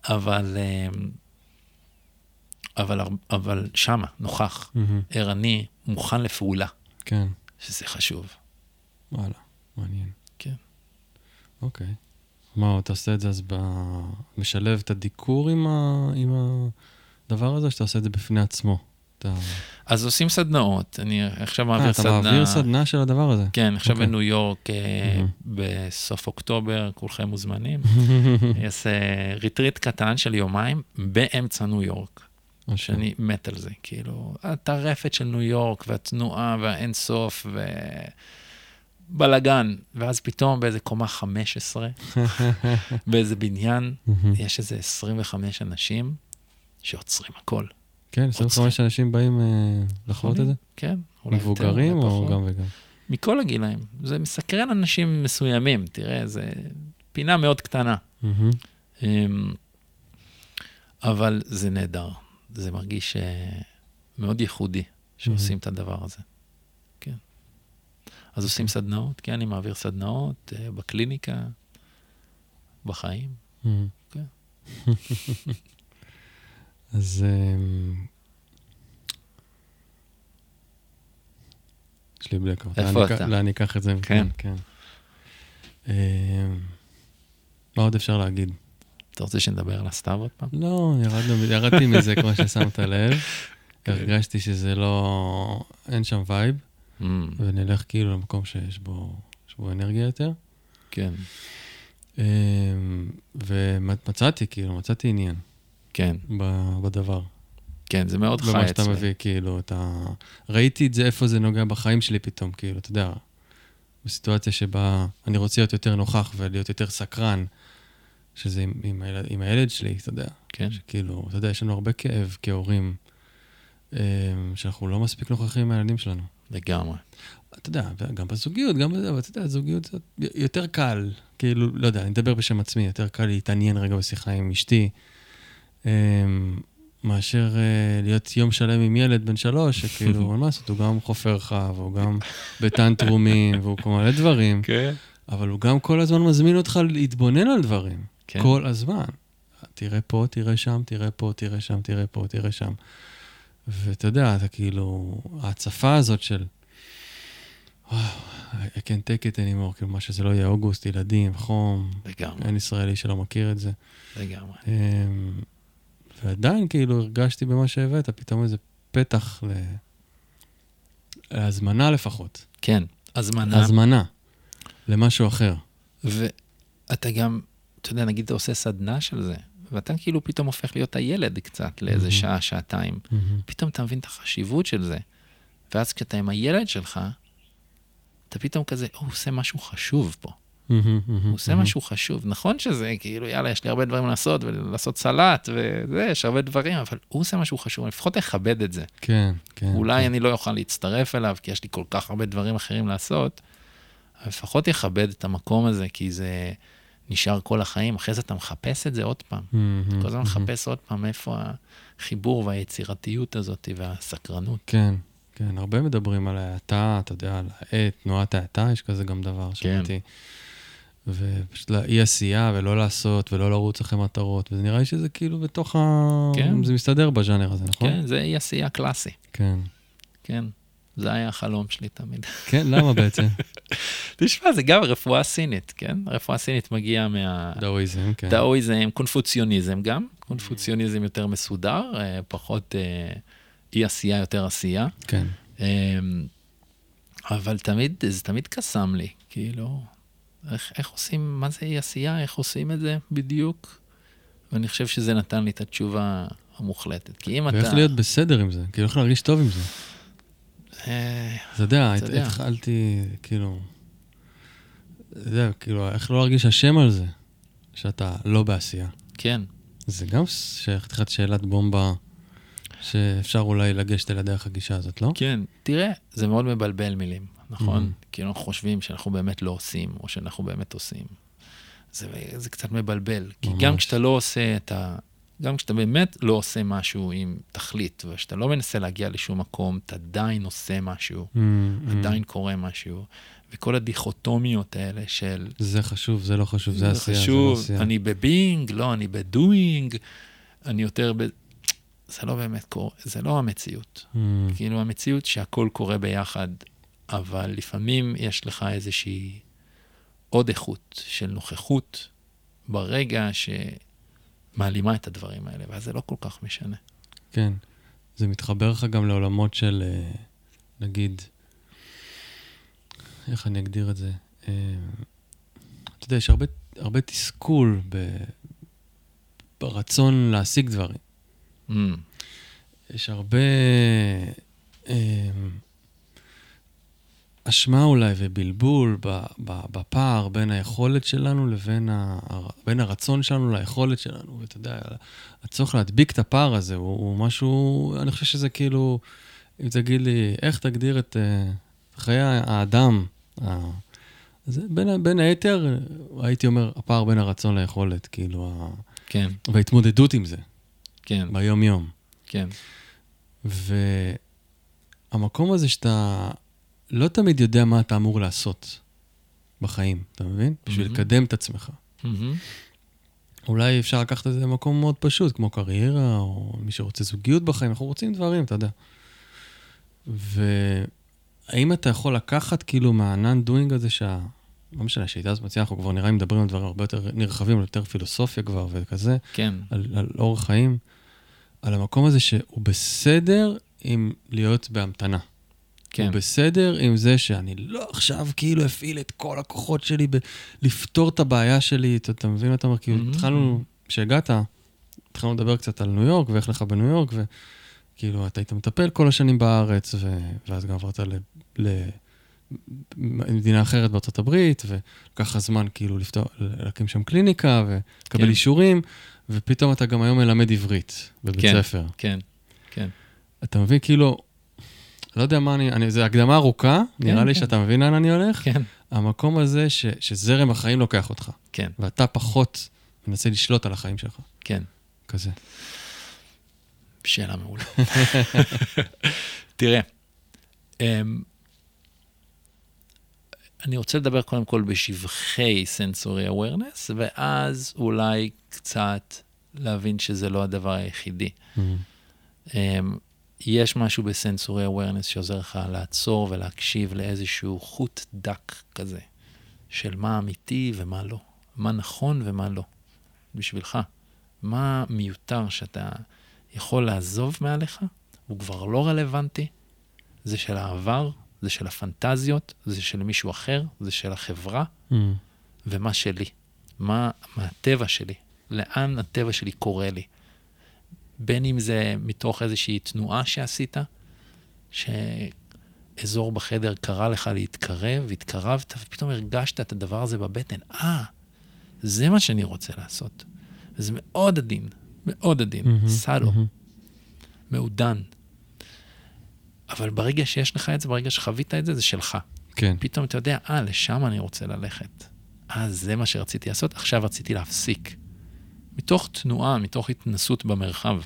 אבל שמה, נוכח, ערני, מוכן לפעולה. כן. שזה חשוב. וואלה, מעניין. כן. אוקיי. מה, אתה עושה את זה אז משלב את הדיקור עם הדבר הזה, שאתה עושה את זה בפני עצמו? אז עושים סדנאות, אני עכשיו מעביר סדנה. אתה מעביר סדנה של הדבר הזה? כן, עכשיו בניו יורק, בסוף אוקטובר, כולכם מוזמנים. יש ריטריט קטן של יומיים באמצע ניו יורק, שאני מת על זה, כאילו, הטרפת של ניו יורק, והתנועה והאינסוף, בלגן, ואז פתאום באיזה קומה 15, באיזה בניין, יש איזה 25 אנשים שעוצרים הכל. כן, 25 אנשים באים לחוות את זה? כן. מבוגרים או גם וגם? מכל הגילאים. זה מסקרן אנשים מסוימים, תראה, זה פינה מאוד קטנה. אבל זה נהדר. זה מרגיש מאוד ייחודי שעושים את הדבר הזה. כן. אז עושים סדנאות, כן, אני מעביר סדנאות בקליניקה, בחיים. כן. אז יש לי בלקאוט. איפה אתה? לא, אני אקח את זה. כן. כן. מה עוד אפשר להגיד? אתה רוצה שנדבר על הסתיו עוד פעם? לא, ירדתי מזה כמו ששמת לב. הרגשתי שזה לא, אין שם וייב, ונלך כאילו למקום שיש בו אנרגיה יותר. כן. ומצאתי עניין. כן. בדבר. כן, זה מאוד חי במה שאתה מביא, כאילו, ראיתי את זה, איפה זה נוגע בחיים שלי פתאום, כאילו, אתה יודע, בסיטואציה שבה אני רוצה להיות יותר נוכח ולהיות יותר סקרן, שזה עם הילד שלי, אתה יודע. כן. שכאילו, אתה יודע, יש לנו הרבה כאב כהורים, שאנחנו לא מספיק נוכחים מהילדים שלנו. לגמרי. אתה יודע, גם בזוגיות, גם בזה, אבל אתה יודע, זוגיות זה יותר קל, כאילו, לא יודע, אני מדבר בשם עצמי, יותר קל להתעניין רגע בשיחה עם אשתי, מאשר להיות יום שלם עם ילד בן 3, שכאילו, מה לעשות, הוא גם חופר לך, והוא גם בטנטרומים, והוא כמו מלא דברים, אבל הוא גם כל הזמן מזמין אותך להתבונן על דברים, כל הזמן. תראה פה, תראה שם, תראה פה, תראה שם, תראה פה, תראה שם. ואתה יודע, אתה כאילו, ההצפה הזאת של, I can't take it anymore, כאילו מה שזה לא יהיה אוגוסט, ילדים, חום, לגמרי. אין ישראלי שלא מכיר את זה. לגמרי. ועדיין כאילו הרגשתי במה שהבאת, פתאום איזה פתח להזמנה לפחות. כן, הזמנה. הזמנה למשהו אחר. ואתה גם, אתה יודע, נגיד אתה עושה סדנה של זה, ואתה כאילו פתאום הופך להיות הילד קצת לאיזה שעה, שעתיים. פתאום אתה מבין את החשיבות של זה. ואז כשאתה עם הילד שלך, אתה פתאום כזה, הוא עושה משהו חשוב פה. הוא עושה משהו חשוב. נכון שזה, כאילו, יאללה, יש לי הרבה דברים לעשות, ולעשות סלט, וזה, יש הרבה דברים, אבל הוא עושה משהו חשוב, אני לפחות אכבד את זה. כן, כן. אולי אני לא אוכל להצטרף אליו, כי יש לי כל כך הרבה דברים אחרים לעשות, אבל לפחות יכבד את המקום הזה, כי זה נשאר כל החיים, אחרי זה אתה מחפש את זה עוד פעם. כל הזמן מחפש עוד פעם איפה החיבור והיצירתיות הזאת והסקרנות. כן, כן, הרבה מדברים על ההאטה, אתה יודע, על תנועת ההאטה, יש כזה גם דבר שמעתי. ופשוט אי עשייה ולא לעשות ולא לרוץ אחרי מטרות, וזה נראה לי שזה כאילו בתוך זה מסתדר בז'אנר הזה, נכון? כן, זה אי עשייה קלאסי. כן. כן, זה היה החלום שלי תמיד. כן, למה בעצם? תשמע, זה גם רפואה סינית, כן? רפואה סינית מגיעה דאואיזם, כן. דאואיזם, קונפוציוניזם גם. קונפוציוניזם יותר מסודר, פחות אי עשייה, יותר עשייה. כן. אבל תמיד, זה תמיד קסם לי, כאילו, איך עושים, מה זה אי עשייה, איך עושים את זה בדיוק? ואני חושב שזה נתן לי את התשובה המוחלטת. כי אם אתה... ואיך להיות בסדר עם זה? כאילו, איך להרגיש טוב עם זה? אתה יודע, התחלתי, כאילו, איך לא להרגיש אשם על זה, שאתה לא בעשייה. כן. זה גם שחתיכת שאלת בומבה, שאפשר אולי לגשת אל הדרך הגישה הזאת, לא? כן, תראה, זה מאוד מבלבל מילים, נכון? כי אנחנו חושבים שאנחנו באמת לא עושים, או שאנחנו באמת עושים. זה קצת מבלבל, כי גם כשאתה לא עושה גם כשאתה באמת לא עושה משהו עם תכלית, ושאתה לא מנסה להגיע לשום מקום, אתה עדיין עושה משהו, עדיין קורה משהו, וכל הדיכוטומיות האלה של... זה חשוב, זה לא חשוב, זה עשייה, זה לא עשייה. אני בביינג, לא, אני בדוינג, אני יותר זה לא באמת קורה, זה לא המציאות. כאילו המציאות שהכל קורה ביחד, אבל לפעמים יש לך איזושהי עוד איכות של נוכחות ברגע שמעלימה את הדברים האלה, ואז זה לא כל כך משנה. כן, זה מתחבר לך גם לעולמות של, נגיד, איך אני אגדיר את זה? אתה יודע, יש הרבה תסכול ברצון להשיג דברים. יש הרבה אשמה אולי ובלבול בפער בין היכולת שלנו בין הרצון שלנו ליכולת שלנו. ואתה יודע, הצורך להדביק את הפער הזה הוא משהו, אני חושב שזה כאילו, אם תגיד לי, איך תגדיר את חיי האדם? בין היתר, הייתי אומר, הפער בין הרצון ליכולת, כאילו, כן. וההתמודדות עם זה. כן. ביום יום. כן. והמקום הזה שאתה לא תמיד יודע מה אתה אמור לעשות בחיים, אתה מבין? בשביל לקדם את עצמך. אולי אפשר לקחת את זה למקום מאוד פשוט, כמו קריירה, או מי שרוצה זוגיות בחיים, אנחנו רוצים דברים, אתה יודע. והאם אתה יכול לקחת כאילו מהענן דוינג הזה לא משנה, שהייתה אז מציעה, אנחנו כבר נראה אם מדברים על דברים הרבה יותר נרחבים, על יותר פילוסופיה כבר וכזה, כן. על אורח חיים, על המקום הזה שהוא בסדר עם להיות בהמתנה. כן. הוא בסדר עם זה שאני לא עכשיו כאילו אפעיל את כל הכוחות שלי לפתור את הבעיה שלי, אתה מבין מה אתה אומר? כאילו התחלנו, כשהגעת, התחלנו לדבר קצת על ניו יורק ואיך לך בניו יורק, וכאילו אתה היית מטפל כל השנים בארץ, ואז גם עברת למדינה אחרת בארצות הברית, וככה זמן כאילו להקים שם קליניקה, ולקבל אישורים, ופתאום אתה גם היום מלמד עברית בבית ספר. כן, כן. אתה מבין כאילו, לא יודע מה זה הקדמה ארוכה, נראה לי שאתה מבין לאן אני הולך. כן. המקום הזה שזרם החיים לוקח אותך. כן. ואתה פחות מנסה לשלוט על החיים שלך. כן. כזה. שאלה מעולה. תראה, אני רוצה לדבר קודם כל בשבחי sensory awareness, ואז אולי קצת להבין שזה לא הדבר היחידי. יש משהו בסנסורי awareness שעוזר לך לעצור ולהקשיב לאיזשהו חוט דק כזה, של מה אמיתי ומה לא, מה נכון ומה לא, בשבילך. מה מיותר שאתה יכול לעזוב מעליך, הוא כבר לא רלוונטי, זה של העבר, זה של הפנטזיות, זה של מישהו אחר, זה של החברה, ומה שלי, מה הטבע שלי, לאן הטבע שלי קורא לי. בין אם זה מתוך איזושהי תנועה שעשית, אזור בחדר קרא לך להתקרב, התקרבת, ופתאום הרגשת את הדבר הזה בבטן. זה מה שאני רוצה לעשות. וזה מאוד עדין, מאוד עדין, סלו, מעודן. אבל ברגע שיש לך את זה, ברגע שחווית את זה, זה שלך. כן. פתאום אתה יודע, לשם אני רוצה ללכת. זה מה שרציתי לעשות, עכשיו רציתי להפסיק. מתוך תנועה, מתוך התנסות במרחב.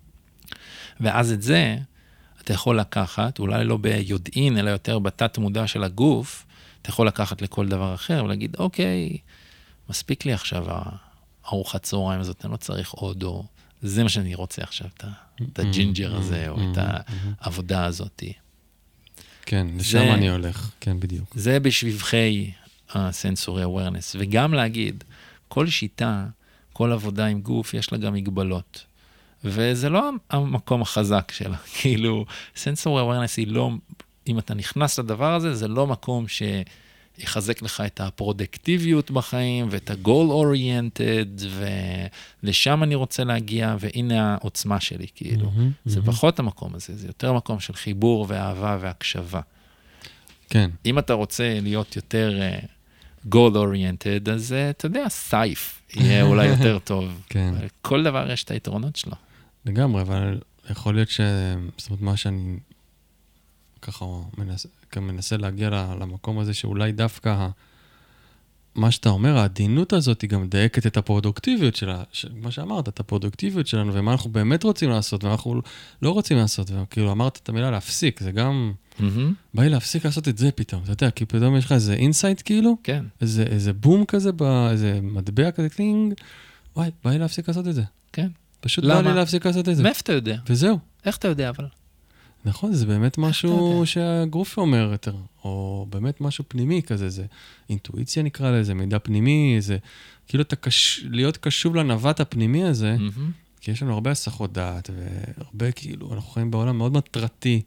ואז את זה, אתה יכול לקחת, אולי לא ביודעין, אלא יותר בתת מודע של הגוף, אתה יכול לקחת לכל דבר אחר, ולהגיד, אוקיי, מספיק לי עכשיו ארוחת צהריים הזאת, אני לא צריך עוד, או זה מה שאני רוצה עכשיו, את הג'ינג'ר הזה, או את העבודה הזאת. כן, לשם אני הולך, כן, בדיוק. זה בשבחי הסנסורי awareness, וגם להגיד, כל שיטה, כל עבודה עם גוף, יש לה גם מגבלות. וזה לא המקום החזק שלה, כאילו, סנסורי awareness היא לא, אם אתה נכנס לדבר הזה, זה לא מקום שיחזק לך את הפרודקטיביות בחיים, ואת ה-goal oriented, ולשם אני רוצה להגיע, והנה העוצמה שלי, כאילו. זה פחות המקום הזה, זה יותר מקום של חיבור ואהבה והקשבה. כן. אם אתה רוצה להיות יותר goal oriented, אז אתה יודע, סייף יהיה אולי יותר טוב. כן. כל דבר יש את היתרונות שלו. לגמרי, אבל יכול להיות זאת אומרת, מה שאני ככה מנסה להגיע למקום הזה, שאולי דווקא מה שאתה אומר, העדינות הזאת היא גם דייקת את הפרודוקטיביות שלה, מה שאמרת, את הפרודוקטיביות שלנו, ומה אנחנו באמת רוצים לעשות, ומה אנחנו לא רוצים לעשות, וכאילו אמרת את המילה להפסיק, זה גם בא לי להפסיק לעשות את זה פתאום, אתה יודע, כי פתאום יש לך איזה אינסייט כאילו, כן. איזה בום כזה, איזה מטבע כזה קלינג, וואי, בא לי להפסיק לעשות את זה. כן. פשוט בא לי להפסיק לעשות את זה. מאיפה אתה יודע? וזהו. איך אתה יודע אבל? נכון, זה באמת משהו שהגוף אומר יותר, או באמת משהו פנימי כזה, זה אינטואיציה נקרא לזה, מידע פנימי, זה כאילו להיות קשוב לנווט הפנימי הזה, כי יש לנו הרבה הסחות דעת, והרבה כאילו, אנחנו חיים בעולם מאוד מטרתי,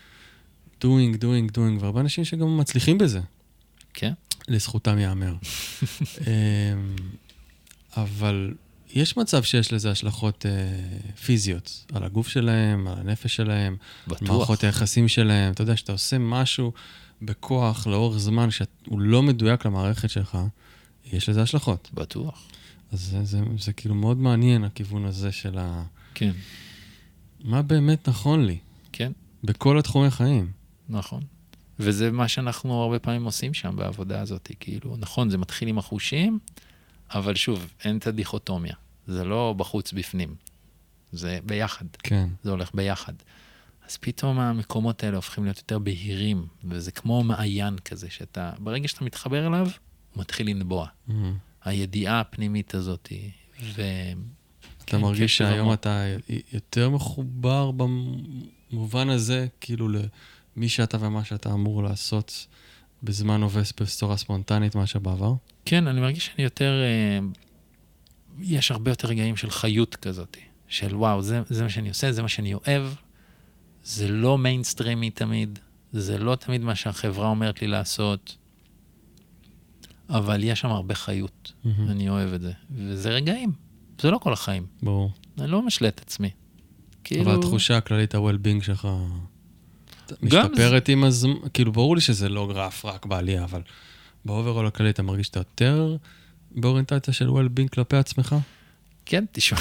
doing, והרבה אנשים שגם מצליחים בזה. כן. לזכותם יאמר. אבל יש מצב שיש לזה השלכות פיזיות, על הגוף שלהם, על הנפש שלהם, בטוח. על מערכות היחסים שלהם. אתה יודע, שאתה עושה משהו בכוח לאורך זמן, שהוא לא מדויק למערכת שלך, יש לזה השלכות. בטוח. אז זה כאילו מאוד מעניין, הכיוון הזה של כן. מה באמת נכון לי? כן. בכל התחומי חיים. נכון. וזה מה שאנחנו הרבה פעמים עושים שם בעבודה הזאת, כאילו, נכון, זה מתחיל עם החושים, אבל שוב, אין את הדיכוטומיה. זה לא בחוץ בפנים. זה ביחד. כן. זה הולך ביחד. אז פתאום המקומות האלה הופכים להיות יותר בהירים, וזה כמו מעיין כזה, שאתה, ברגע שאתה מתחבר אליו, הוא מתחיל לנבוע. הידיעה הפנימית הזאת, אתה מרגיש שהיום אתה יותר מחובר במובן הזה, כאילו למי שאתה ומה שאתה אמור לעשות בזמן הווה בצורה ספונטנית, מה שבעבר? כן, אני מרגיש שאני יותר, יש הרבה יותר רגעים של חיות כזאת, של וואו, זה מה שאני עושה, זה מה שאני אוהב, זה לא מיינסטרימי תמיד, זה לא תמיד מה שהחברה אומרת לי לעשות, אבל יש שם הרבה חיות, אני אוהב את זה, וזה רגעים, זה לא כל החיים. ברור. אני לא משלה את עצמי. אבל התחושה הכללית, ה-well-being שלך משתפרת עם הזמן, כאילו ברור לי שזה לא גרף רק בעלייה, אבל באוברול הכללי אתה מרגיש שאתה יותר באוריינטציה של well-being כלפי עצמך? כן, תשמע,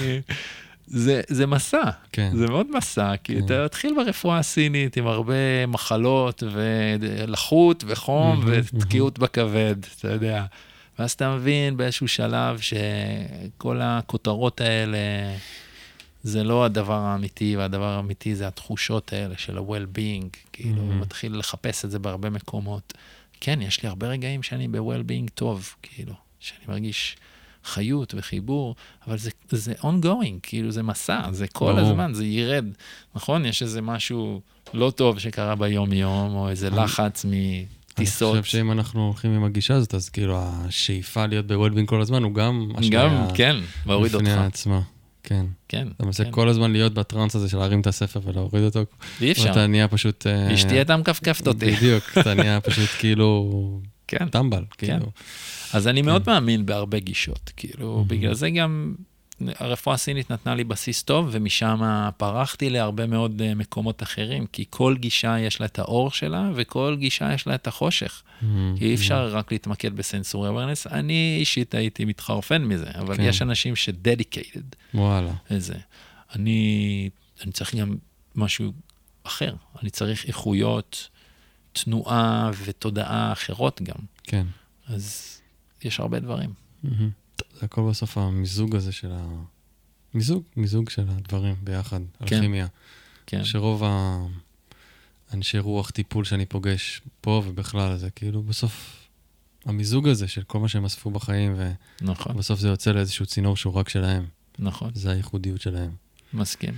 זה מסע, זה מאוד מסע, כי אתה התחיל ברפואה הסינית עם הרבה מחלות ולחות וחום ותקיעות בכבד, אתה יודע. ואז אתה מבין באיזשהו שלב שכל הכותרות האלה, זה לא הדבר האמיתי, והדבר האמיתי זה התחושות האלה של ה-well-being, כאילו, מתחיל לחפש את זה בהרבה מקומות. כן, יש לי הרבה רגעים שאני ב-well-being טוב, כאילו, שאני מרגיש חיות וחיבור, אבל זה ongoing, כאילו, זה מסע, זה כל הזמן, זה ירד, נכון? יש איזה משהו לא טוב שקרה ביום-יום, או איזה לחץ מטיסות. אני חושב שאם אנחנו הולכים עם הגישה הזאת, אז כאילו, השאיפה להיות ב-well-being כל הזמן, הוא גם כן, מוריד אותך. לפני עצמה. כן. כן. אתה מנסה כל הזמן להיות בטרנס הזה של להרים את הספר ולהוריד אותו. אי אפשר. ואתה נהיה פשוט... אשתי הייתה מקפקפת אותי. בדיוק, אתה נהיה פשוט כאילו... כן. טמבל, כאילו. אז אני מאוד מאמין בהרבה גישות, כאילו, בגלל זה גם הרפואה הסינית נתנה לי בסיס טוב, ומשם פרחתי להרבה מאוד מקומות אחרים, כי כל גישה יש לה את האור שלה, וכל גישה יש לה את החושך. אי אפשר רק להתמקד בסנסורי אברנס, אני אישית הייתי מתחרפן מזה, אבל יש אנשים שדדיקייטד. וואלה. איזה. אני צריך גם משהו אחר, אני צריך איכויות, תנועה ותודעה אחרות גם. כן. אז יש הרבה דברים. זה הכל בסוף המיזוג הזה של מיזוג של הדברים ביחד, אלכימיה. כן. שרוב האנשי רוח טיפול שאני פוגש פה ובכלל, זה כאילו בסוף המיזוג הזה של כל מה שהם אספו בחיים, נכון. ובסוף זה יוצא לאיזשהו צינור שהוא רק שלהם. נכון. זה הייחודיות שלהם. מסכים.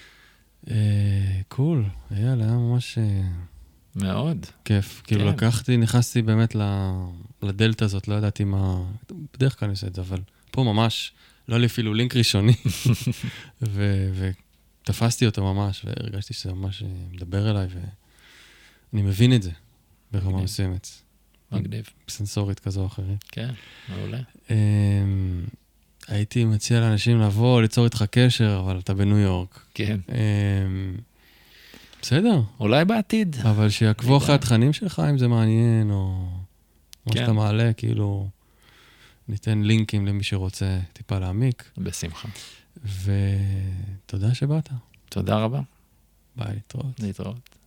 קול, היה ממש מאוד. כיף. כאילו נכנסתי באמת לדלטה הזאת, לא ידעתי מה, בדרך כלל אני עושה את זה, אבל פה ממש, לא לי אפילו לינק ראשוני, ותפסתי אותו ממש, והרגשתי שזה ממש מדבר אליי, ואני מבין את זה ברמה מסוימת. מגניב. סנסורית כזו או אחרת. כן, מעולה. הייתי מציע לאנשים לבוא, ליצור איתך קשר, אבל אתה בניו יורק. כן. בסדר. אולי בעתיד. אבל שיעקבו אחרי התכנים שלך, אם זה מעניין, או מה שאתה מעלה, כאילו, ניתן לינקים למי שרוצה טיפה להעמיק. בשמחה. ותודה שבאת. תודה רבה. ביי, להתראות. להתראות.